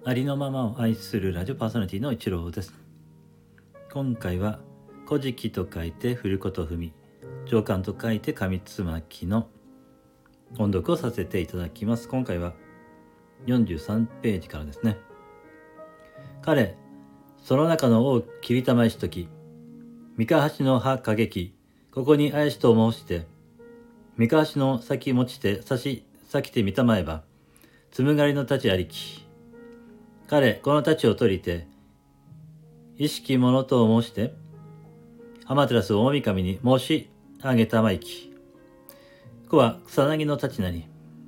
ありのままを愛するラジオパーソナリティの一郎です。今回は古事記と書いて振ること踏み、上巻と書いて上つまきの音読をさせていただきます。今回は43ページからですね。彼、その中の王切りたまいしとき、三河橋の葉過激、ここに怪しと申して、三河橋の先持ちて差し裂きてみたまえば、つむがりの太刀ありき。彼、この太刀を取りて、意識ものと申して、天照大神に申し上げたまいき。こは草薙の太刀なり。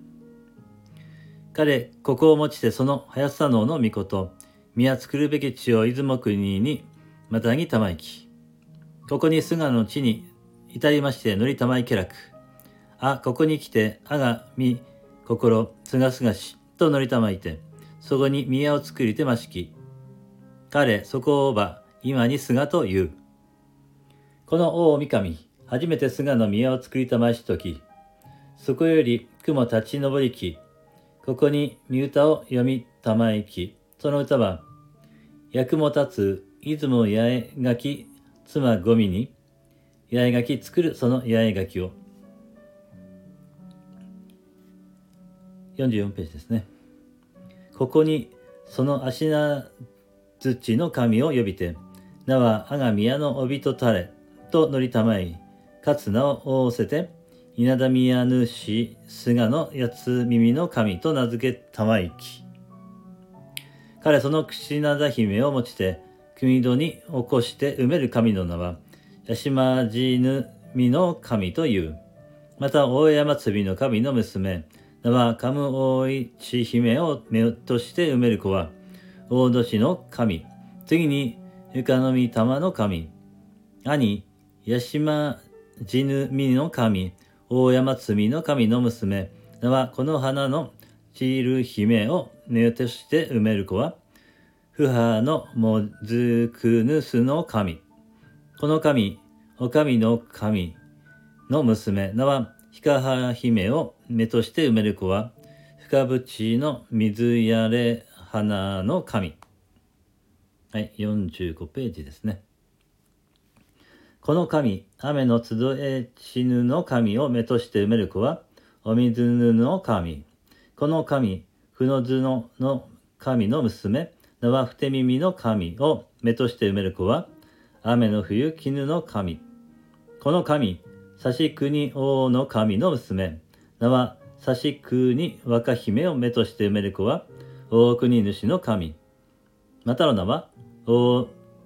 彼、ここを持ちてその林左脳の御事、宮作るべき地を出雲国にまたぎたまいき。ここに菅の地に至りまして乗りたまいけらく。ここに来て、がみ心すがすがしと乗りたまいて、そこに宮を作りてましき。彼、そこをば今に菅と言う。この大神、初めて菅の宮を作りたましとき、そこより雲立ち上りき、ここに見歌を読みたまいき、その歌は、役も立つ出雲八重垣妻ごみに、八重垣作るその八重垣を。44ページですね。ここにその足名土の神を呼びて、名は我が宮の帯とたれと乗りたまい、かつ名を仰せて、稲田宮主菅の八つ耳の神と名付けたまいき。彼その櫛灘姫を持ちて、国戸に起こして埋める神の名は、八島地ぬの神という。また大山積の神の娘、名はカム大市姫を目として埋める子は、大戸市の神、次に床の御玉の神、兄、八島地ぬの神、大山積の神の娘、名はこの花の散る姫を目として埋める子は、父母のもずくぬすの神、この神、お神の神の娘、名はひかは姫を目として埋める子は、深淵の水やれ花の神。はい、45ページですね。この神、雨の集えちぬの神を目として埋める子は、お水ぬの神。この神、ふのずの神の娘、名はふて耳の神を目として埋める子は、雨の冬絹の神。この神、差し国王の神の娘、名は差し国若姫を目として埋める子は、大国主の神。またの名は、大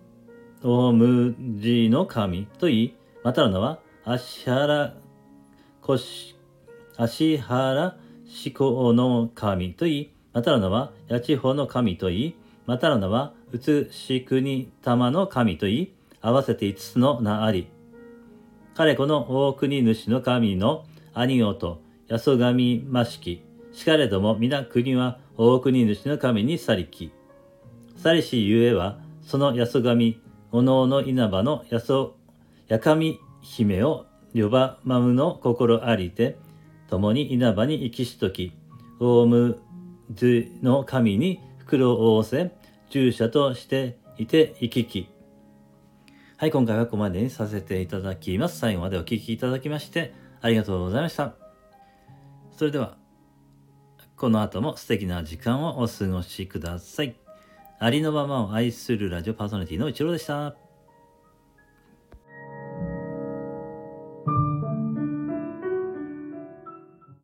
無の神と言い、またの名は、足原志向の神と言い、またの名は、八千穂の神と言い、またの名は、うつし国玉の神と言い、合わせて5つの名あり。彼この大国主の神の兄夫、八十神ましき。しかれども皆国は大国主の神に去りき。去りしゆえは、その八十神、おのおの稲葉の八神姫を呼ばまむの心ありて、共に稲葉に生きしとき、大無図の神に袋を仰せ、従者としていて行き来。はい、今回はここまでにさせていただきます。最後までお聞きいただきましてありがとうございました。それでは、この後も素敵な時間をお過ごしください。ありのままを愛するラジオパーソナリティの一郎でした。